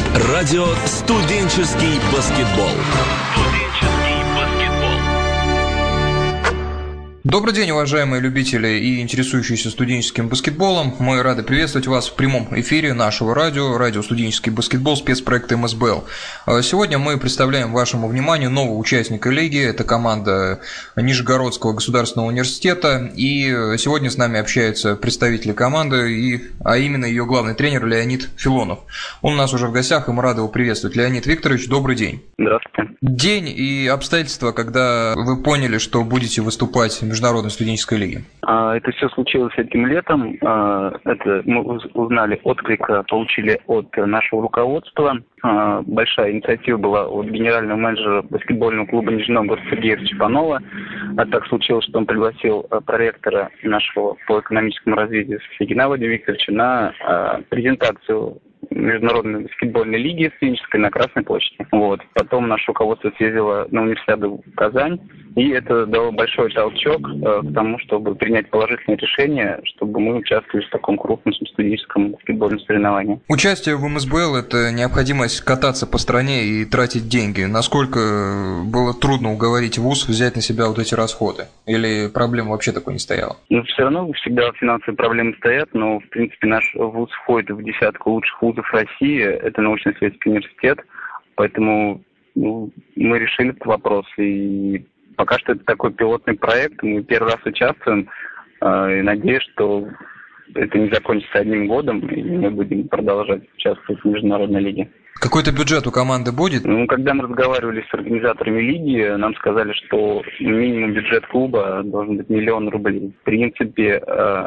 Радио «Студенческий баскетбол». Добрый день, уважаемые любители и интересующиеся студенческим баскетболом. Мы рады приветствовать вас в прямом эфире нашего радио «Студенческий баскетбол», спецпроект МСБЛ. Сегодня мы представляем вашему вниманию нового участника лиги. Это команда Нижегородского государственного университета. И сегодня с нами общаются представители команды, а именно ее главный тренер Леонид Филонов. Он у нас уже в гостях, и мы рады его приветствовать. Леонид Викторович, добрый день. Здравствуйте. День и обстоятельства, когда вы поняли, что будете выступать в Международной студенческой лиге? Это все случилось этим летом. Это мы узнали, отклик получили от нашего руководства. Большая инициатива была от генерального менеджера баскетбольного клуба Нижний Новгород Сергея Чапанова. А так случилось, что он пригласил проректора нашего по экономическому развитию Геннадия Викторовича на презентацию Международной баскетбольной лиги студенческой на Красной площади. Потом наше руководство съездило на универсиаду в Казань, и это дало большой толчок к тому, чтобы принять положительное решение, чтобы мы участвовали в таком крупном студенческом баскетбольном соревновании. Участие в МСБЛ – это необходимость кататься по стране и тратить деньги. Насколько было трудно уговорить вуз взять на себя вот эти расходы? Или проблема вообще такой не стояла? Все равно всегда финансовые проблемы стоят, но, в принципе, наш вуз входит в десятку лучших вузов России. Это научно-исследовательский университет, поэтому мы решили этот вопрос. И пока что это такой пилотный проект, мы первый раз участвуем, и надеюсь, что это не закончится одним годом, и мы будем продолжать участвовать в международной лиге. Какой-то бюджет у команды будет? Когда мы разговаривали с организаторами лиги, нам сказали, что минимум бюджет клуба должен быть 1 000 000 рублей. В принципе,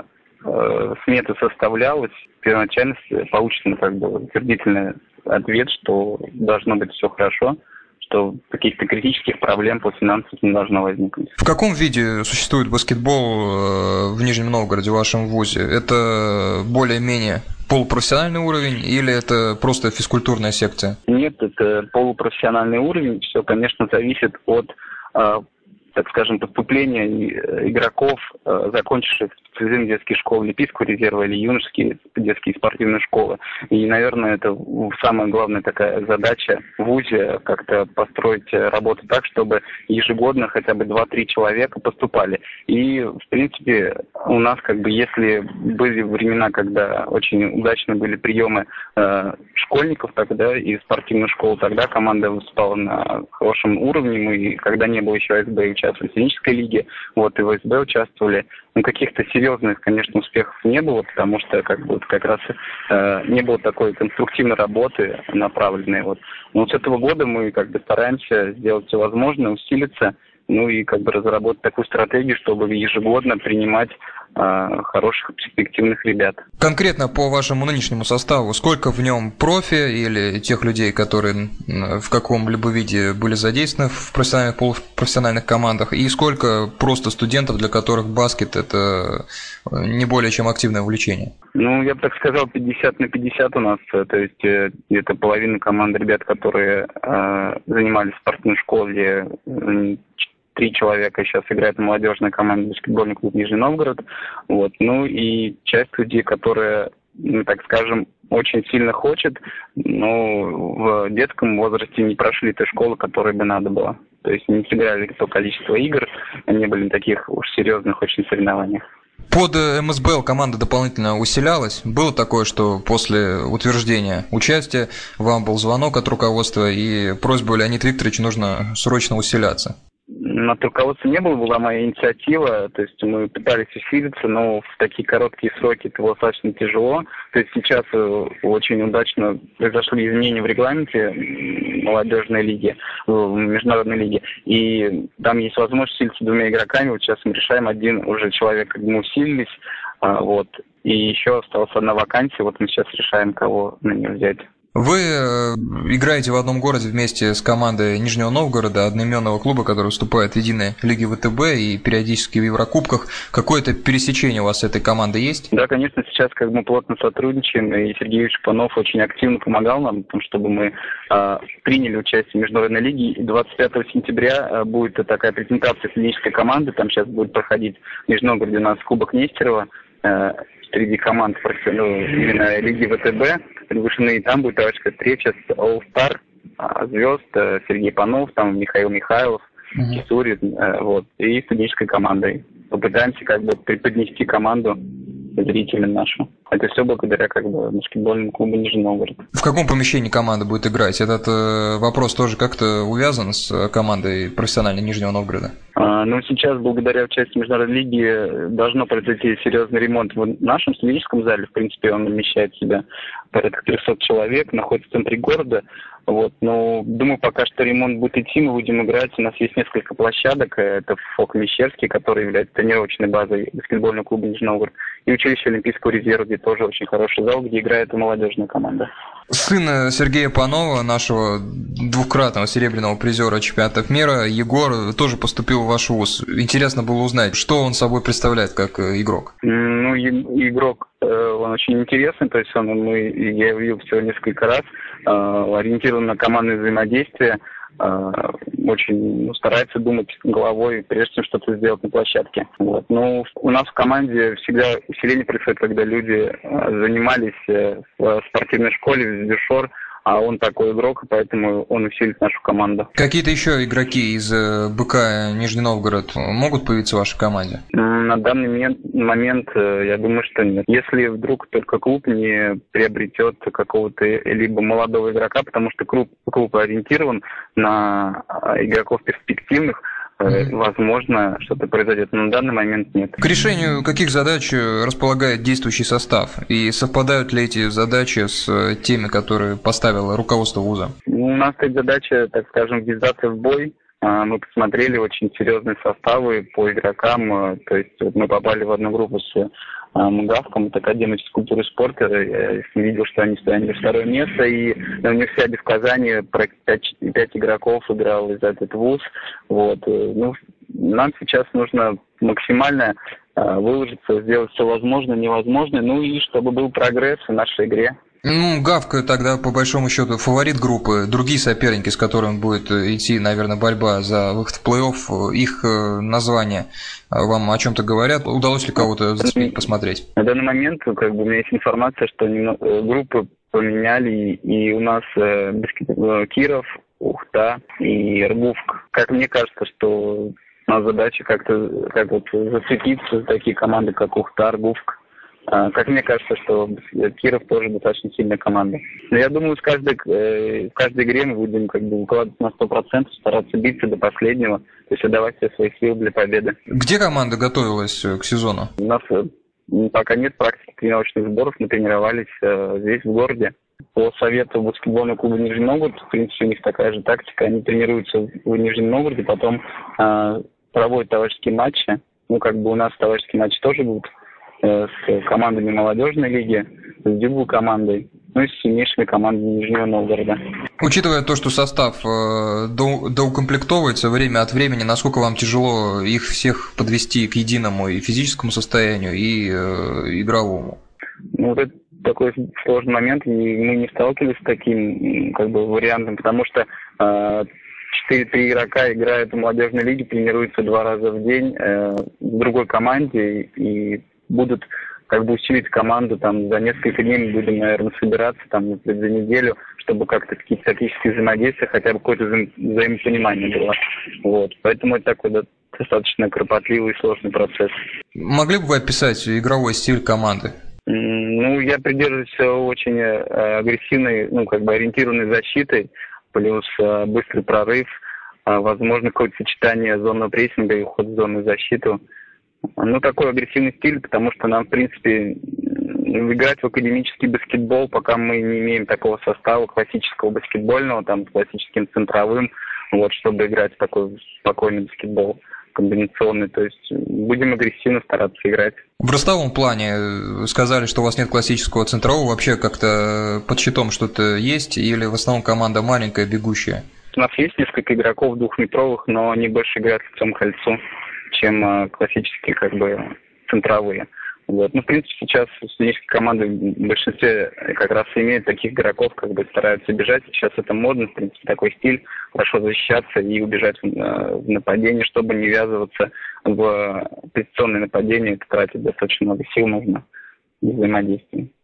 смета составлялась, первоначально получен утвердительный ответ, что должно быть все хорошо, что каких-то критических проблем по финансам не должно возникнуть. В каком виде существует баскетбол в Нижнем Новгороде, в вашем вузе? Это более-менее полупрофессиональный уровень или это просто физкультурная секция? Нет, это полупрофессиональный уровень. Все, конечно, зависит от, так скажем, поступления игроков, закончивших специализированные детские школы Олимпийского резерва или юношеские детские спортивные школы. И, наверное, это самая главная такая задача в ВУЗе, как-то построить работу так, чтобы ежегодно хотя бы 2-3 человека поступали. И, в принципе, у нас если были времена, когда очень удачно были приемы школьников тогда из спортивной школы, тогда команда выступала на хорошем уровне. Мы, когда не было еще АСБ, участвовали в студенческой лиге, и в АСБ участвовали. Каких-то серьезных, конечно, успехов не было, потому что как раз не было такой конструктивной работы направленной. Но с этого года мы стараемся сделать все возможное, усилиться, и разработать такую стратегию, чтобы ежегодно принимать хороших, перспективных ребят. Конкретно по вашему нынешнему составу, сколько в нем профи или тех людей, которые в каком-либо виде были задействованы в профессиональных, полупрофессиональных командах, и сколько просто студентов, для которых баскет – это не более чем активное увлечение? Я бы так сказал, 50/50 у нас, то есть где-то половина команды ребят, которые занимались в спортивной школе, 3 человека сейчас играют в молодежной команде баскетбольный клуб Нижний Новгород. И часть людей, которые, так скажем, очень сильно хочет, но в детском возрасте не прошли той школы, которой бы надо было. То есть не сыграли то количество игр, не были в таких уж серьезных очень соревнованиях. Под МСБЛ команда дополнительно усилялась. Было такое, что после утверждения участия вам был звонок от руководства и просьба Леонида Викторовича нужно срочно усиляться? От руководства не было, была моя инициатива, то есть мы пытались усилиться, но в такие короткие сроки это было достаточно тяжело. То есть сейчас очень удачно произошли изменения в регламенте молодежной лиги, международной лиги, и там есть возможность усилиться 2 игроками. Сейчас мы решаем, один уже человек, мы усилились, и еще осталась 1 вакансия, мы сейчас решаем, кого на нее взять. Вы играете в одном городе вместе с командой Нижнего Новгорода, одноименного клуба, который выступает в единой лиге ВТБ и периодически в Еврокубках. Какое-то пересечение у вас с этой командой есть? Да, конечно, сейчас мы плотно сотрудничаем, и Сергей Чапанов очень активно помогал нам, чтобы мы приняли участие в международной лиге. И 25 сентября будет такая презентация студенческой команды, там сейчас будет проходить в Нижнем Новгороде у нас Кубок Нестерова, среди команд именно лиги ВТБ. приглашены, и там будет товарищеская встреча с All-Star звезд, Сергей Панов, там Михаил Михайлов, Кисурин, вот, и студенческой командой. Попытаемся как бы преподнести команду зрителям нашу. Это все благодаря как бы баскетбольному клубу Нижний Новгород. В каком помещении команда будет играть? Этот вопрос тоже как-то увязан с командой профессиональной Нижнего Новгорода? Ну, сейчас, благодаря участию в международной лиге, должно произойти серьезный ремонт в нашем студенческом зале. В принципе, он вмещает в себя порядка 300 человек, находится в центре города. Вот. Но, думаю, пока что ремонт будет идти, мы будем играть. У нас есть несколько площадок. Это ФОК Мещерский, который является тренировочной базой баскетбольного клуба Нижний Новгород, и училище Олимпийского резерва, где тоже очень хороший зал, где играет молодежная команда. Сын Сергея Панова, нашего двукратного серебряного призера чемпионатов мира, Егор, тоже поступил в ваш вуз. Интересно было узнать, что он собой представляет как игрок. Ну, игрок, он очень интересный, то есть я его видел всего несколько раз, ориентирован на командное взаимодействие, очень старается думать головой, прежде чем что-то сделать на площадке. Вот. Но у нас в команде всегда усиление происходит, когда люди занимались в спортивной школе в Дюшор, а он такой игрок, поэтому он усилит нашу команду. Какие-то еще игроки из БК Нижний Новгород могут появиться в вашей команде? На данный момент я думаю, что нет. Если вдруг только клуб не приобретет какого-то либо молодого игрока, потому что клуб ориентирован на игроков перспективных, возможно, что-то произойдет, но на данный момент нет. К решению каких задач располагает действующий состав? И совпадают ли эти задачи с теми, которые поставило руководство вуза? У нас стоит задача, так скажем, ввязаться в бой. Мы посмотрели очень серьезные составы по игрокам. То есть мы попали в одну группу с МГАВком, это Академия физкультуры и спорта. Я видел, что они заняли второе место. И на универсиаде в Казани 5 игроков играл из этот вуз. Вот. Ну, нам сейчас нужно максимально выложиться, сделать все возможное, невозможное. Ну и чтобы был прогресс в нашей игре. Ну, Гавка тогда, по большому счету, фаворит группы. Другие соперники, с которыми будет идти, наверное, борьба за выход в плей-офф, их названия вам о чем-то говорят? Удалось ли кого-то зацепить, посмотреть? На данный момент у меня есть информация, что группы поменяли, и у нас Киров, Ухта и Иргувк. Как мне кажется, что у нас задача как-то зацепиться за такие команды, как Ухта, Иргувк. Как мне кажется, что Киров тоже достаточно сильная команда. Но я думаю, в каждой игре мы будем выкладываться на 100%, стараться биться до последнего, то есть отдавать все свои силы для победы. Где команда готовилась к сезону? У нас пока нет практики тренировочных сборов, мы тренировались здесь, в городе. По совету баскетбольного клуба Нижний Новгород, в принципе, у них такая же тактика, они тренируются в Нижнем Новгороде, потом проводят товарищеские матчи. У нас товарищеские матчи тоже будут с командами молодежной лиги, с Дюбу командой, ну и с сильнейшими командами Нижнего Новгорода. Учитывая то, что состав доукомплектовывается время от времени, насколько вам тяжело их всех подвести к единому и физическому состоянию, и игровому? Вот это такой сложный момент, и мы не сталкивались с таким вариантом, потому что 4-3 игрока играют в молодежной лиге, тренируются 2 раза в день в другой команде и будут усилить команду, за несколько дней мы будем, наверное, собираться, за неделю, чтобы как-то какие-то тактические взаимодействия, хотя бы какое-то взаимопонимание было. Вот. Поэтому это такой достаточно кропотливый и сложный процесс. Могли бы вы описать игровой стиль команды? Я придерживаюсь очень агрессивной, ориентированной защитой, плюс быстрый прорыв, возможно, какое-то сочетание зонного прессинга и уход в зону защиты. Такой агрессивный стиль, потому что нам, в принципе, играть в академический баскетбол, пока мы не имеем такого состава классического баскетбольного, с классическим центровым, чтобы играть в такой спокойный баскетбол комбинационный. То есть будем агрессивно стараться играть. В ростовом плане сказали, что у вас нет классического центрового. Вообще как-то под щитом что-то есть или в основном команда маленькая, бегущая? У нас есть несколько игроков двухметровых, но они больше играют в всем кольцу, чем классические центровые. В принципе, сейчас студенческие команды в большинстве как раз имеют таких игроков, стараются бежать. Сейчас это модно, в принципе, такой стиль, хорошо защищаться и убежать в нападение, чтобы не ввязываться в позиционное нападение. Это тратит достаточно много сил, нужно взаимодействие.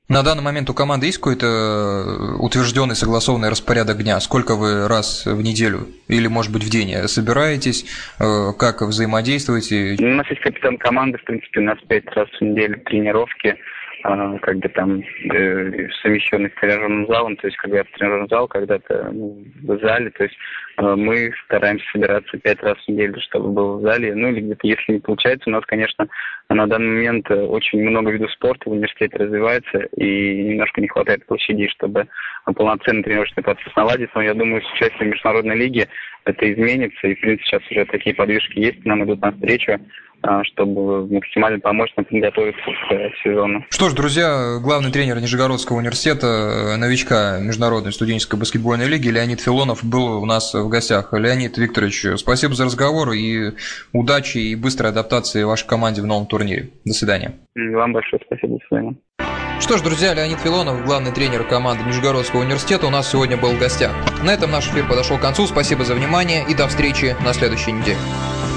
На данный момент у команды есть какой-то утвержденный, согласованный распорядок дня? Сколько вы раз в неделю или, может быть, в день собираетесь? Как взаимодействуете? У нас есть капитан команды, в принципе, у нас 5 раз в неделю тренировки, как бы там совмещенный с тренажерным залом, то есть когда в тренажерный зал, когда-то в зале, то есть мы стараемся собираться 5 раз в неделю, чтобы было в зале, или где-то, если не получается, у нас, конечно, на данный момент очень много видов спорта в университете развивается, и немножко не хватает площадей, чтобы полноценный тренировочный процесс наладить, но я думаю, с участием международной лиги это изменится, и, в принципе, сейчас уже такие подвижки есть, нам идут навстречу, чтобы максимально помочь нам подготовиться к сезону. Что ж, друзья, главный тренер Нижегородского университета, новичка Международной студенческой баскетбольной лиги Леонид Филонов был у нас в гостях. Леонид Викторович, спасибо за разговор и удачи и быстрой адаптации вашей команде в новом турнире. До свидания. Вам большое спасибо, до свидания. Что ж, друзья, Леонид Филонов, главный тренер команды Нижегородского университета, у нас сегодня был в гостях. На этом наш эфир подошел к концу. Спасибо за внимание и до встречи на следующей неделе.